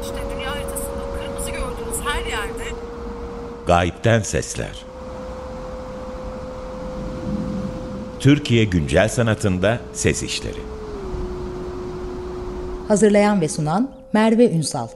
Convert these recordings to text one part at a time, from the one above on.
İşte dünya haritasında o kırmızı gördüğünüz her yerde Gayipten Sesler. Türkiye Güncel Sanatında Ses İşleri. Hazırlayan ve sunan Merve Ünsal.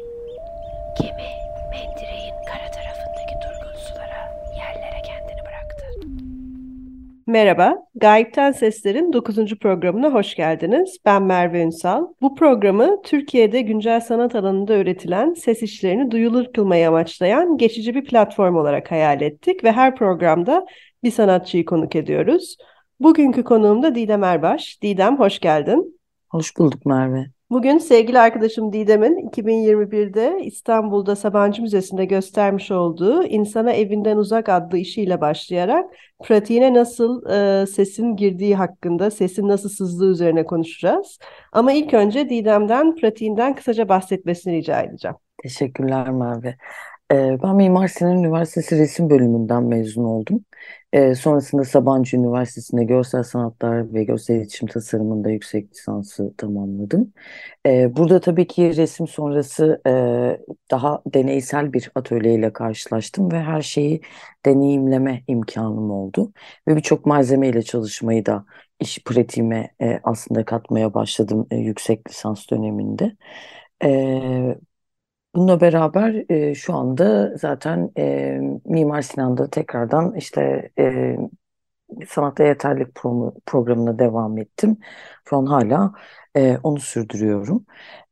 Gemi mendireğin kara tarafındaki durgun sulara, yerlere kendini bıraktı. Merhaba, Gayipten Sesler'in 9. programına hoş geldiniz. Ben Merve Ünsal. Bu programı Türkiye'de güncel sanat alanında üretilen ses işlerini duyulur kılmayı amaçlayan geçici bir platform olarak hayal ettik ve her programda bir sanatçıyı konuk ediyoruz. Bugünkü konuğum da Didem Erbaş. Didem, hoş geldin. Hoş bulduk Merve. Bugün sevgili arkadaşım Didem'in 2021'de İstanbul'da Sabancı Müzesi'nde göstermiş olduğu İnsana Evinden Uzak adlı işiyle başlayarak pratiğine nasıl sesin girdiği hakkında, sesin nasıl sızdığı üzerine konuşacağız. Ama ilk önce Didem'den, pratiğinden kısaca bahsetmesini rica edeceğim. Teşekkürler Merve. Ben Mimar Sinan Üniversitesi Resim Bölümünden mezun oldum. Sonrasında Sabancı Üniversitesi'nde Görsel Sanatlar ve Görsel İletişim Tasarımında yüksek lisansı tamamladım. Burada tabii ki resim sonrası daha deneysel bir atölyeyle karşılaştım ve her şeyi deneyimleme imkanım oldu. Ve birçok malzemeyle çalışmayı da iş pratiğime aslında katmaya başladım yüksek lisans döneminde. E, Bununla beraber şu anda zaten Mimar Sinan'da tekrardan işte sanatta yeterlilik programına devam ettim. Şu an hala onu sürdürüyorum.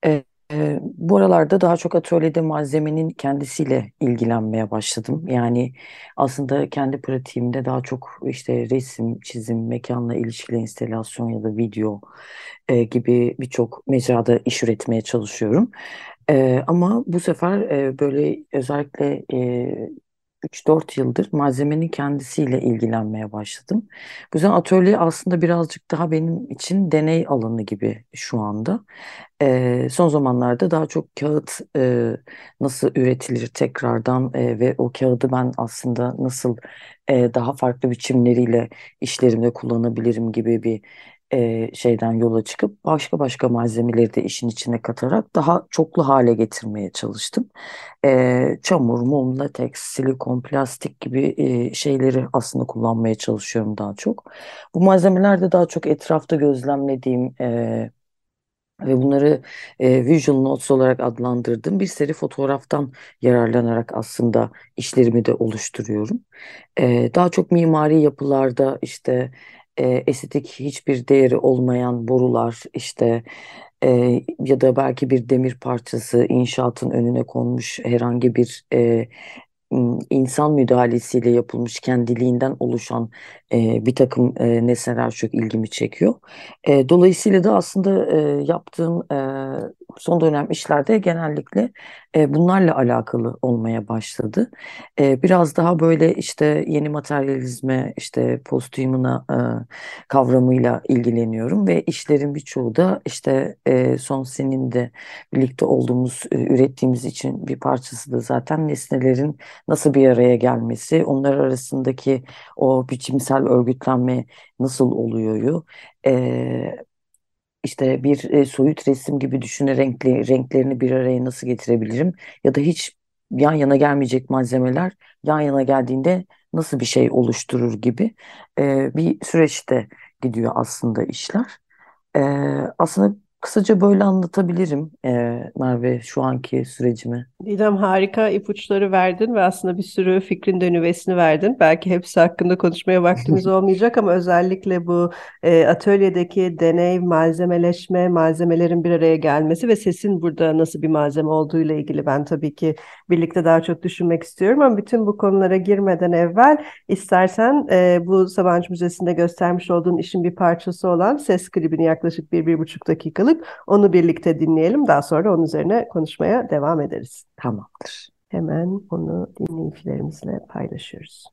Bu aralarda daha çok atölyede malzemenin kendisiyle ilgilenmeye başladım. Yani aslında kendi pratiğimde daha çok işte resim, çizim, mekanla ilişkili enstelasyon ya da video gibi birçok mecrada iş üretmeye çalışıyorum. Ama bu sefer böyle özellikle 3-4 yıldır malzemenin kendisiyle ilgilenmeye başladım. Bu yüzden atölye aslında birazcık daha benim için deney alanı gibi şu anda. Son zamanlarda daha çok kağıt nasıl üretilir tekrardan ve o kağıdı ben aslında nasıl daha farklı biçimleriyle işlerimde kullanabilirim gibi bir şeyden yola çıkıp başka başka malzemeleri de işin içine katarak daha çoklu hale getirmeye çalıştım. Çamur, mum, lateks, silikon, plastik gibi şeyleri aslında kullanmaya çalışıyorum daha çok. Bu malzemeler de daha çok etrafta gözlemlediğim ve bunları visual notes olarak adlandırdığım bir seri fotoğraftan yararlanarak aslında işlerimi de oluşturuyorum. Daha çok mimari yapılarda işte estetik hiçbir değeri olmayan borular işte ya da belki bir demir parçası inşaatın önüne konmuş herhangi bir insan müdahalesiyle yapılmış kendiliğinden oluşan bir takım nesneler çok ilgimi çekiyor. Dolayısıyla da aslında yaptığım son dönem işlerde genellikle bunlarla alakalı olmaya başladı. Biraz daha böyle işte yeni materyalizme, işte posthuman'a kavramıyla ilgileniyorum ve işlerin birçoğu da işte son senin de birlikte olduğumuz, ürettiğimiz için bir parçası da zaten nesnelerin nasıl bir araya gelmesi, onlar arasındaki o biçimsel örgütlenme nasıl oluyor? İşte bir soyut resim gibi düşünerek renklerini bir araya nasıl getirebilirim? Ya da hiç yan yana gelmeyecek malzemeler yan yana geldiğinde nasıl bir şey oluşturur gibi bir süreçte gidiyor aslında işler. E, Aslında kısaca böyle anlatabilirim Merve şu anki sürecimi. Didem, harika ipuçları verdin ve aslında bir sürü fikrin de nüvesini verdin. Belki hepsi hakkında konuşmaya vaktimiz olmayacak ama özellikle bu atölyedeki deney, malzemeleşme, malzemelerin bir araya gelmesi ve sesin burada nasıl bir malzeme olduğuyla ilgili ben tabii ki birlikte daha çok düşünmek istiyorum. Ama bütün bu konulara girmeden evvel istersen bu Sabancı Müzesi'nde göstermiş olduğun işin bir parçası olan ses klibini yaklaşık 1-1,5 dakikalık onu birlikte dinleyelim. Daha sonra onun üzerine konuşmaya devam ederiz. Tamamdır. Hemen onu dinleyicilerimizle paylaşıyoruz.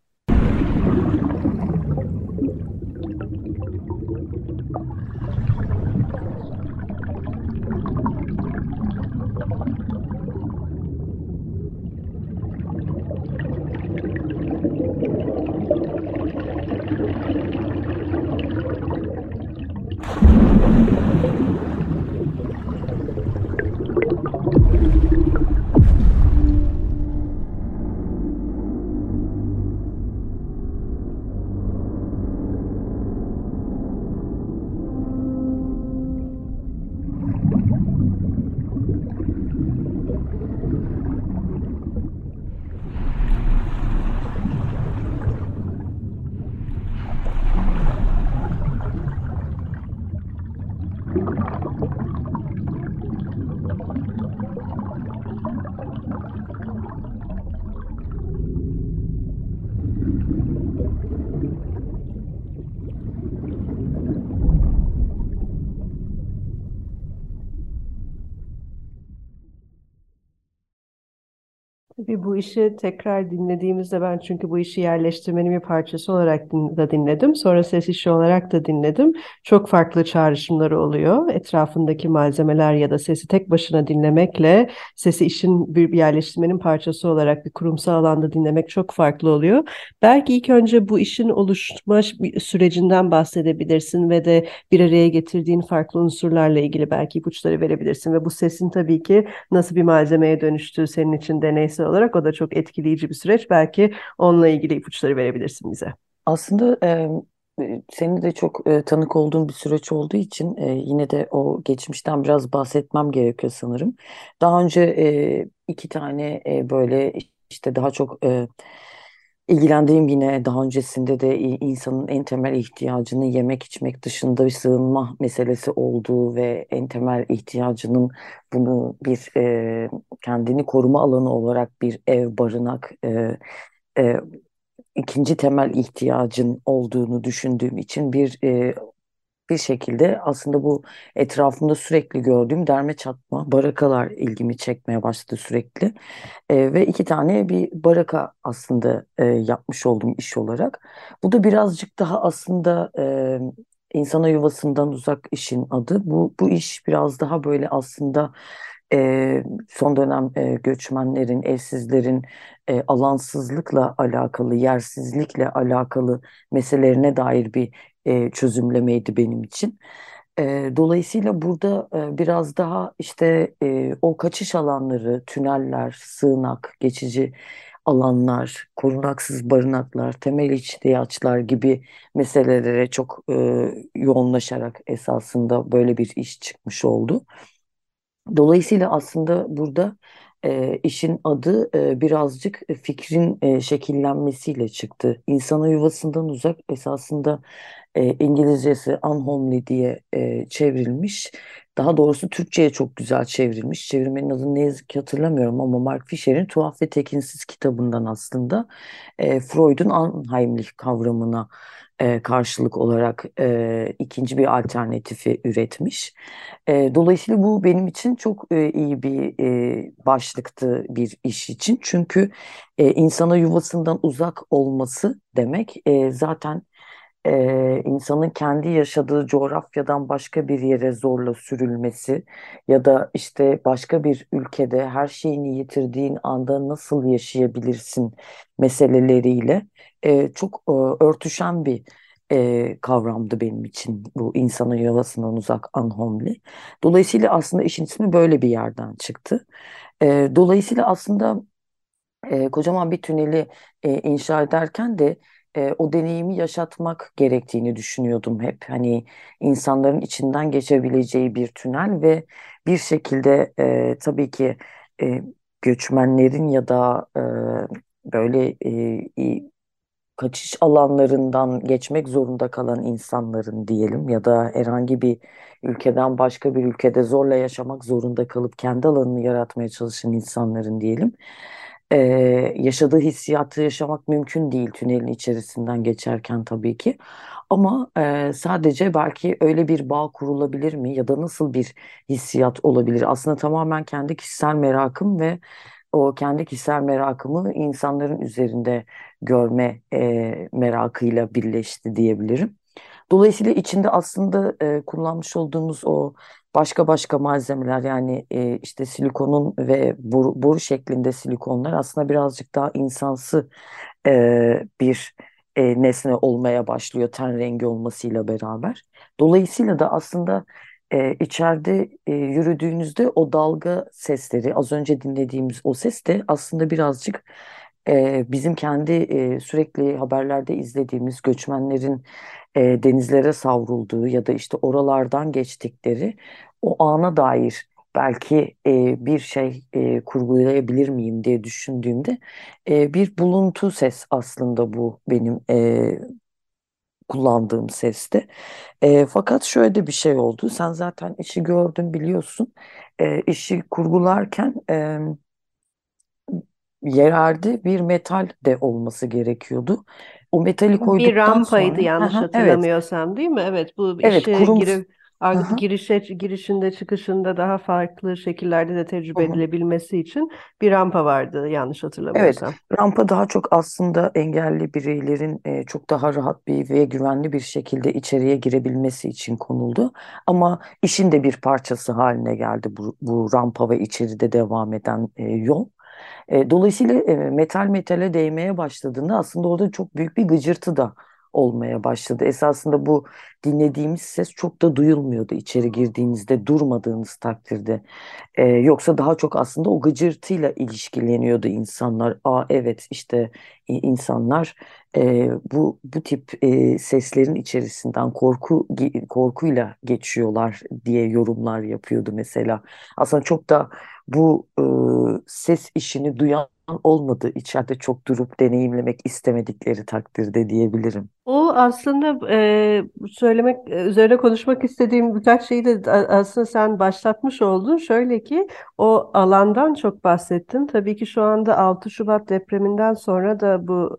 Tabii bu işi tekrar dinlediğimizde ben çünkü bu işi yerleştirmenin bir parçası olarak da dinledim. Sonra ses işi olarak da dinledim. Çok farklı çağrışımları oluyor. Etrafındaki malzemeler ya da sesi tek başına dinlemekle sesi işin bir yerleştirmenin parçası olarak bir kurumsal alanda dinlemek çok farklı oluyor. Belki ilk önce bu işin oluşma sürecinden bahsedebilirsin ve de bir araya getirdiğin farklı unsurlarla ilgili belki ipuçları verebilirsin ve bu sesin tabii ki nasıl bir malzemeye dönüştüğü senin için deneysel olarak o da çok etkileyici bir süreç. Belki onunla ilgili ipuçları verebilirsin bize. Aslında senin de çok tanık olduğun bir süreç olduğu için yine de o geçmişten biraz bahsetmem gerekiyor sanırım. Daha önce iki tane böyle işte daha çok ilgilendiğim, yine daha öncesinde de insanın en temel ihtiyacını yemek içmek dışında bir sığınma meselesi olduğu ve en temel ihtiyacının bunu bir kendini koruma alanı olarak bir ev, barınak, e, ikinci temel ihtiyacın olduğunu düşündüğüm için bir şekilde aslında bu etrafımda sürekli gördüğüm derme çatma barakalar ilgimi çekmeye başladı sürekli. Ve iki tane bir baraka aslında yapmış olduğum iş olarak. Bu da birazcık daha aslında insana yuvasından uzak işin adı. Bu iş biraz daha böyle aslında son dönem göçmenlerin, evsizlerin alansızlıkla alakalı, yersizlikle alakalı meselelerine dair bir çözümlemeydi benim için. Dolayısıyla burada biraz daha işte o kaçış alanları, tüneller, sığınak, geçici alanlar, korunaksız barınaklar, temel ihtiyaçlar gibi meselelere çok yoğunlaşarak esasında böyle bir iş çıkmış oldu. Dolayısıyla aslında burada işin adı birazcık fikrin şekillenmesiyle çıktı. İnsana yuvasından uzak, esasında İngilizcesi unhomely diye çevrilmiş. Daha doğrusu Türkçe'ye çok güzel çevrilmiş. Çevirmenin adını ne yazık ki hatırlamıyorum ama Mark Fisher'in Tuhaf ve Tekinsiz kitabından aslında Freud'un Unheimlich kavramına karşılık olarak ikinci bir alternatifi üretmiş. Dolayısıyla bu benim için çok iyi bir başlıktı bir iş için. Çünkü insana yuvasından uzak olması demek zaten insanın kendi yaşadığı coğrafyadan başka bir yere zorla sürülmesi ya da işte başka bir ülkede her şeyini yitirdiğin anda nasıl yaşayabilirsin meseleleriyle çok örtüşen bir kavramdı benim için bu insanın yuvasından uzak unhomely. Dolayısıyla aslında işin ismi böyle bir yerden çıktı. Dolayısıyla aslında kocaman bir tüneli inşa ederken de o deneyimi yaşatmak gerektiğini düşünüyordum hep. Hani insanların içinden geçebileceği bir tünel ve bir şekilde tabii ki e, göçmenlerin ya da böyle kaçış alanlarından geçmek zorunda kalan insanların diyelim ya da herhangi bir ülkeden başka bir ülkede zorla yaşamak zorunda kalıp kendi alanını yaratmaya çalışan insanların diyelim. Ee, Yaşadığı hissiyatı yaşamak mümkün değil tünelin içerisinden geçerken tabii ki. Ama sadece belki öyle bir bağ kurulabilir mi ya da nasıl bir hissiyat olabilir? Aslında tamamen kendi kişisel merakım ve o kendi kişisel merakımı insanların üzerinde görme merakıyla birleşti diyebilirim. Dolayısıyla içinde aslında kullanmış olduğumuz o başka başka malzemeler, yani işte silikonun ve boru şeklinde silikonlar aslında birazcık daha insansı bir nesne olmaya başlıyor ten rengi olmasıyla beraber. Dolayısıyla da aslında içeride yürüdüğünüzde o dalga sesleri, az önce dinlediğimiz o ses de aslında birazcık bizim kendi sürekli haberlerde izlediğimiz göçmenlerin denizlere savrulduğu ya da işte oralardan geçtikleri o ana dair belki bir şey kurgulayabilir miyim diye düşündüğümde bir buluntu ses aslında bu benim kullandığım sesti. Fakat şöyle de bir şey oldu. Sen zaten işi gördün, biliyorsun. İşi kurgularken yerelde bir metal de olması gerekiyordu. O metali Bir koyduktan rampaydı sonra, yanlış evet, hatırlamıyorsam, değil mi? Evet, bu evet, işe kurum. girişinde çıkışında daha farklı şekillerde de Hı tecrübe hı. edilebilmesi için bir rampa vardı yanlış Evet, hatırlamıyorsam. rampa daha çok aslında engelli bireylerin çok daha rahat bir ve güvenli bir şekilde içeriye girebilmesi için konuldu. Ama işin de bir parçası haline geldi bu rampa ve içeride devam eden yol. Dolayısıyla metal metale değmeye başladığında aslında orada çok büyük bir gıcırtı da olmaya başladı. Esasında bu dinlediğimiz ses çok da duyulmuyordu içeri girdiğinizde, durmadığınız takdirde. Yoksa daha çok aslında o gıcırtıyla ilişkileniyordu insanlar. Aa, evet, işte insanlar bu tip seslerin içerisinden korkuyla geçiyorlar diye yorumlar yapıyordu mesela. Aslında çok da bu ses işini duyan olmadı, içeride çok durup deneyimlemek istemedikleri takdirde diyebilirim. O aslında üzerine konuşmak istediğim birkaç şeyi de aslında sen başlatmış oldun. Şöyle ki o alandan çok bahsettin. Tabii ki şu anda 6 Şubat depreminden sonra da bu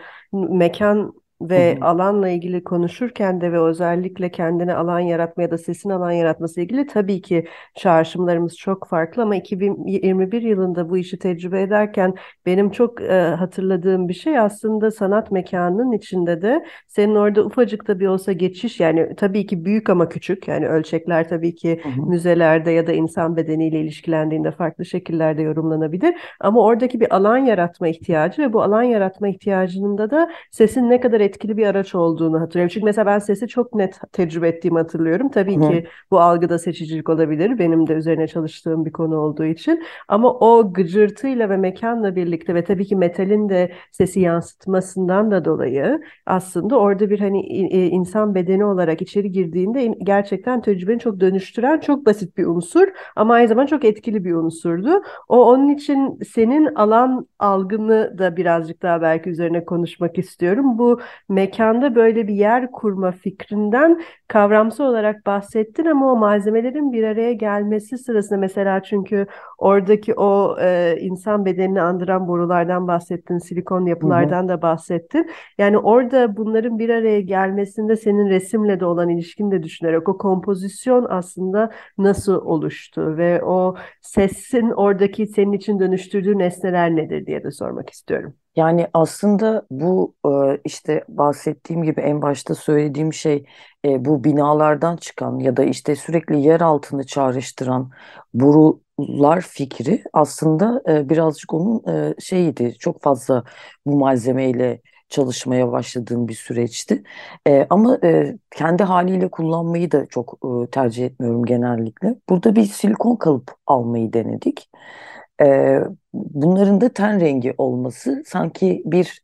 mekan Hı ve hı, alanla ilgili konuşurken de ve özellikle kendine alan yaratma ya da sesin alan yaratması ilgili tabii ki çağrışımlarımız çok farklı ama 2021 yılında bu işi tecrübe ederken benim çok hatırladığım bir şey aslında sanat mekanının içinde de senin orada ufacık da bir olsa geçiş yani tabii ki büyük ama küçük yani ölçekler tabii ki hı hı, müzelerde ya da insan bedeniyle ilişkilendiğinde farklı şekillerde yorumlanabilir ama oradaki bir alan yaratma ihtiyacı ve bu alan yaratma ihtiyacının da sesin ne kadar etkili bir araç olduğunu hatırlıyorum. Çünkü mesela ben sesi çok net tecrübe ettiğimi hatırlıyorum. Tabii hı hı, ki bu algıda seçicilik olabilir. Benim de üzerine çalıştığım bir konu olduğu için. Ama o gıcırtıyla ve mekanla birlikte ve tabii ki metalin de sesi yansıtmasından da dolayı aslında orada bir hani insan bedeni olarak içeri girdiğinde gerçekten tecrübeni çok dönüştüren çok basit bir unsur ama aynı zamanda çok etkili bir unsurdu. Onun için senin alan algını da birazcık daha belki üzerine konuşmak istiyorum. Bu mekanda böyle bir yer kurma fikrinden kavramsal olarak bahsettin ama o malzemelerin bir araya gelmesi sırasında mesela çünkü oradaki o insan bedenini andıran borulardan bahsettin, silikon hı hı. yapılardan da bahsettin. Yani orada bunların bir araya gelmesinde senin resimle de olan ilişkini de düşünerek o kompozisyon aslında nasıl oluştu ve o sesin oradaki senin için dönüştürdüğü nesneler nedir diye de sormak istiyorum. Yani aslında bu işte bahsettiğim gibi en başta söylediğim şey bu binalardan çıkan ya da işte sürekli yer altını çağrıştıran borular fikri aslında birazcık onun şeyiydi. Çok fazla bu malzemeyle çalışmaya başladığım bir süreçti. Ama kendi haliyle kullanmayı da çok tercih etmiyorum genellikle. Burada bir silikon kalıp almayı denedik. E, Bunların da ten rengi olması sanki bir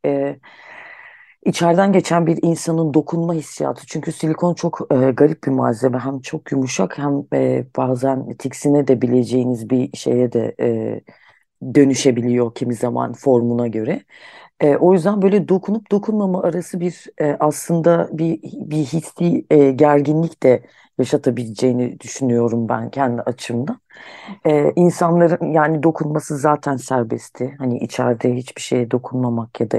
içeriden geçen bir insanın dokunma hissiyatı. Çünkü silikon çok garip bir malzeme. Hem çok yumuşak hem bazen tiksine de bileceğiniz bir şeye de dönüşebiliyor kimi zaman formuna göre. O yüzden böyle dokunup dokunmama arası bir aslında bir hissi gerginlik de yaşatabileceğini düşünüyorum ben kendi açımdan. İnsanların yani dokunması zaten serbestti. Hani içeride hiçbir şeye dokunmamak ya da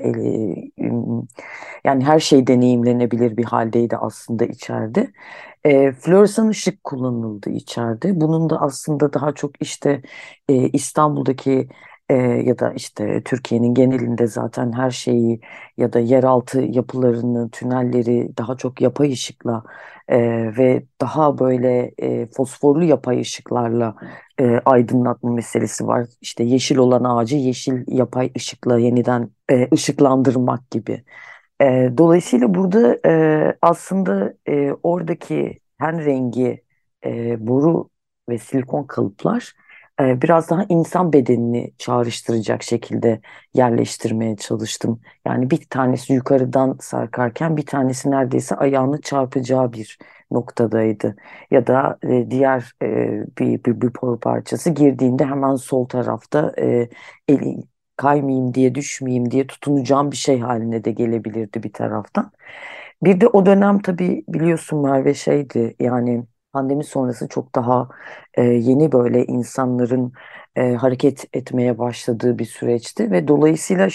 yani her şey deneyimlenebilir bir haldeydi aslında içeride. Floresan ışık kullanıldı içeride. Bunun da aslında daha çok işte İstanbul'daki ya da işte Türkiye'nin genelinde zaten her şeyi ya da yeraltı yapılarını, tünelleri daha çok yapay ışıkla ve daha böyle fosforlu yapay ışıklarla aydınlatma meselesi var. İşte yeşil olan ağacı yeşil yapay ışıkla yeniden ışıklandırmak gibi. Dolayısıyla burada aslında oradaki ten rengi, boru ve silikon kalıplar biraz daha insan bedenini çağrıştıracak şekilde yerleştirmeye çalıştım. Yani bir tanesi yukarıdan sarkarken bir tanesi neredeyse ayağını çarpacağı bir noktadaydı. Ya da diğer bir boru parçası girdiğinde hemen sol tarafta eli kaymayayım diye düşmeyeyim diye tutunacağım bir şey haline de gelebilirdi bir taraftan. Bir de o dönem tabii biliyorsun Merve şeydi yani pandemi sonrası çok daha yeni böyle insanların hareket etmeye başladığı bir süreçti ve dolayısıyla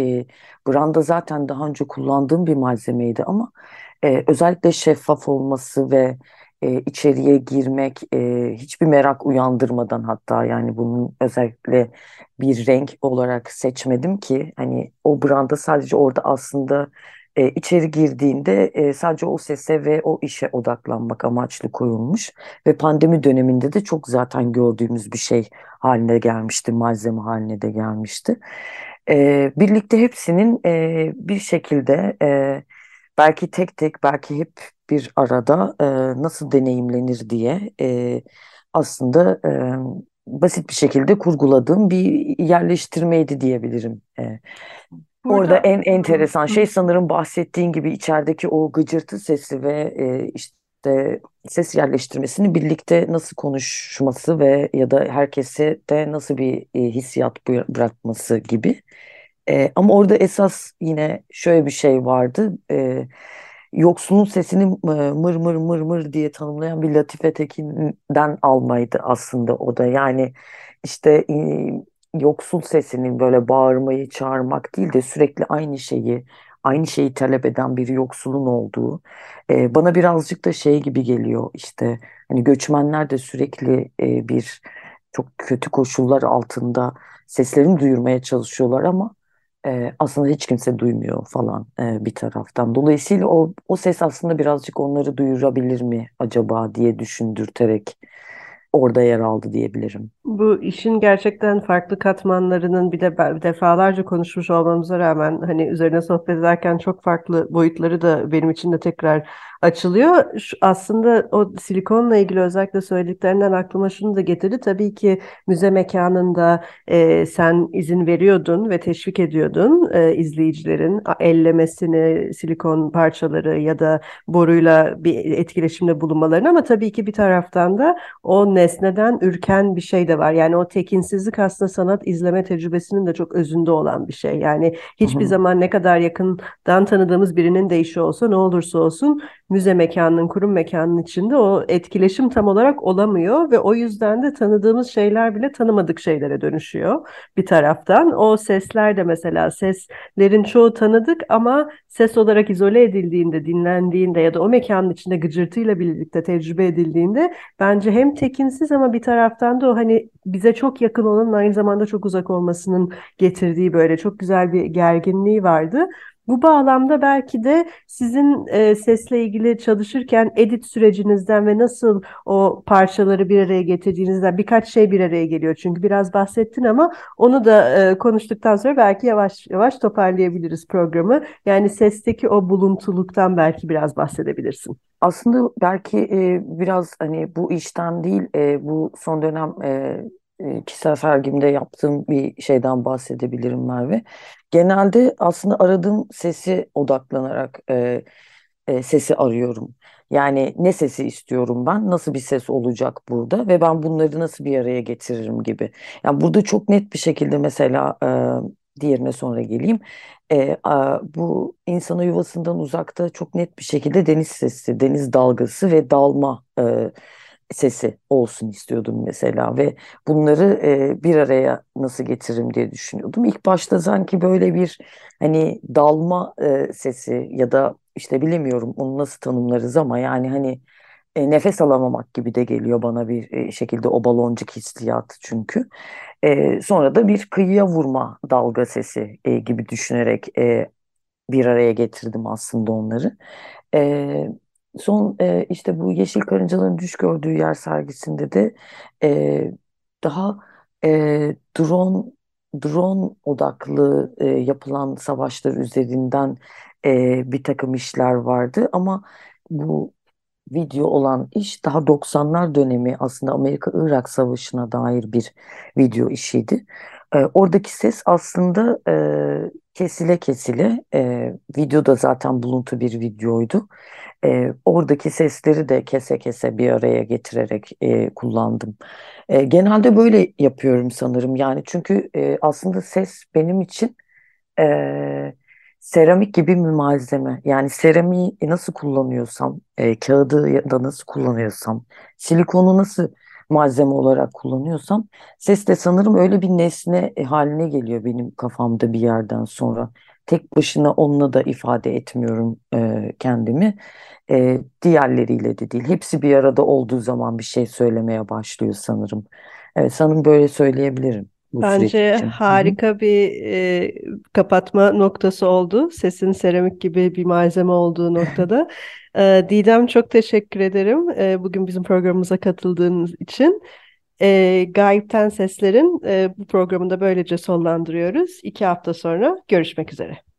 branda zaten daha önce kullandığım bir malzemeydi ama özellikle şeffaf olması ve içeriye girmek hiçbir merak uyandırmadan hatta yani bunun özellikle bir renk olarak seçmedim ki hani o branda sadece orada aslında içeri girdiğinde sadece o sese ve o işe odaklanmak amaçlı koyulmuş ve pandemi döneminde de çok zaten gördüğümüz bir şey haline gelmişti, malzeme haline de gelmişti. Birlikte hepsinin bir şekilde belki tek tek belki hep bir arada nasıl deneyimlenir diye aslında basit bir şekilde kurguladığım bir yerleştirmeydi diyebilirim. Orada Burada en enteresan şey sanırım bahsettiğin gibi içerideki o gıcırtı sesi ve işte ses yerleştirmesini birlikte nasıl konuşması ve ya da herkese de nasıl bir hissiyat bırakması gibi. Ama orada esas yine şöyle bir şey vardı. Yoksulun sesini mır mır mır mır diye tanımlayan bir Latife Tekin'den almaydı aslında o da. Yani işte yoksul sesinin böyle bağırmayı çağırmak değil de sürekli aynı şeyi talep eden bir yoksulun olduğu. Bana birazcık da şey gibi geliyor işte hani göçmenler de sürekli bir çok kötü koşullar altında seslerini duyurmaya çalışıyorlar ama aslında hiç kimse duymuyor falan bir taraftan. Dolayısıyla o ses aslında birazcık onları duyurabilir mi acaba diye düşündürterek orada yer aldı diyebilirim. bu işin gerçekten farklı katmanlarının bir de defalarca konuşmuş olmamıza rağmen hani üzerine sohbet ederken çok farklı boyutları da benim için de tekrar açılıyor. Aslında o silikonla ilgili özellikle söylediklerinden aklıma şunu da getirdi. Tabii ki müze mekanında sen izin veriyordun ve teşvik ediyordun izleyicilerin ellemesini, silikon parçaları ya da boruyla bir etkileşimde bulunmalarını ama tabii ki bir taraftan da o nesneden ürken bir şey de var. Yani o tekinsizlik aslında sanat izleme tecrübesinin de çok özünde olan bir şey. Yani Hı hiçbir hı. zaman ne kadar yakından tanıdığımız birinin de işi olsa ne olursa olsun müze mekanının, kurum mekanının içinde o etkileşim tam olarak olamıyor ve o yüzden de tanıdığımız şeyler bile tanımadık şeylere dönüşüyor bir taraftan. O sesler de mesela seslerin çoğu tanıdık ama ses olarak izole edildiğinde, dinlendiğinde ya da o mekanın içinde gıcırtıyla birlikte tecrübe edildiğinde bence hem tekinsiz ama bir taraftan da o hani bize çok yakın olanın aynı zamanda çok uzak olmasının getirdiği böyle çok güzel bir gerginliği vardı. Bu bağlamda belki de sizin sesle ilgili çalışırken edit sürecinizden ve nasıl o parçaları bir araya getirdiğinizden birkaç şey bir araya geliyor. Çünkü biraz bahsettin ama onu da konuştuktan sonra belki yavaş yavaş toparlayabiliriz programı. Yani sesteki o buluntuluktan belki biraz bahsedebilirsin. Aslında belki biraz hani bu işten değil bu son dönem kişisel sergimde yaptığım bir şeyden bahsedebilirim Merve. Genelde aslında aradığım sesi odaklanarak sesi arıyorum. Yani ne sesi istiyorum ben, nasıl bir ses olacak burada ve ben bunları nasıl bir araya getiririm gibi. Yani burada çok net bir şekilde mesela diğerine sonra geleyim. Bu insana yuvasından uzakta çok net bir şekilde deniz sesi, deniz dalgası ve dalma sesi olsun istiyordum mesela ve bunları bir araya nasıl getiririm diye düşünüyordum. İlk başta sanki böyle bir hani dalma sesi ya da işte bilemiyorum onu nasıl tanımlarız ama yani hani nefes alamamak gibi de geliyor bana bir şekilde o baloncuk hissiyatı çünkü. Sonra da bir kıyıya vurma dalga sesi gibi düşünerek bir araya getirdim aslında onları. E, işte bu Yeşil Karıncaların Düş Gördüğü Yer sergisinde de daha drone odaklı yapılan savaşlar üzerinden bir takım işler vardı ama bu video olan iş daha 90'lar dönemi aslında Amerika-Irak Savaşı'na dair bir video işiydi. Oradaki ses aslında kesile kesile videoda zaten buluntu bir videoydu. Oradaki sesleri de kese kese bir araya getirerek kullandım. Genelde böyle yapıyorum sanırım yani çünkü aslında ses benim için Seramik gibi bir malzeme. Yani seramiği nasıl kullanıyorsam, kağıdı ya da nasıl kullanıyorsam, silikonu nasıl malzeme olarak kullanıyorsam, ses de sanırım öyle bir nesne haline geliyor benim kafamda bir yerden sonra. Tek başına onunla da ifade etmiyorum kendimi. Diğerleriyle de değil. Hepsi bir arada olduğu zaman bir şey söylemeye başlıyor sanırım. Evet, sanırım böyle söyleyebilirim bu süreç Bence için. Hı hı. harika bir kapatma noktası oldu. Sesin seramik gibi bir malzeme olduğu noktada. Didem, çok teşekkür ederim bugün bizim programımıza katıldığınız için. Gayipten Sesler'in bu programını da böylece sonlandırıyoruz. 2 hafta sonra görüşmek üzere.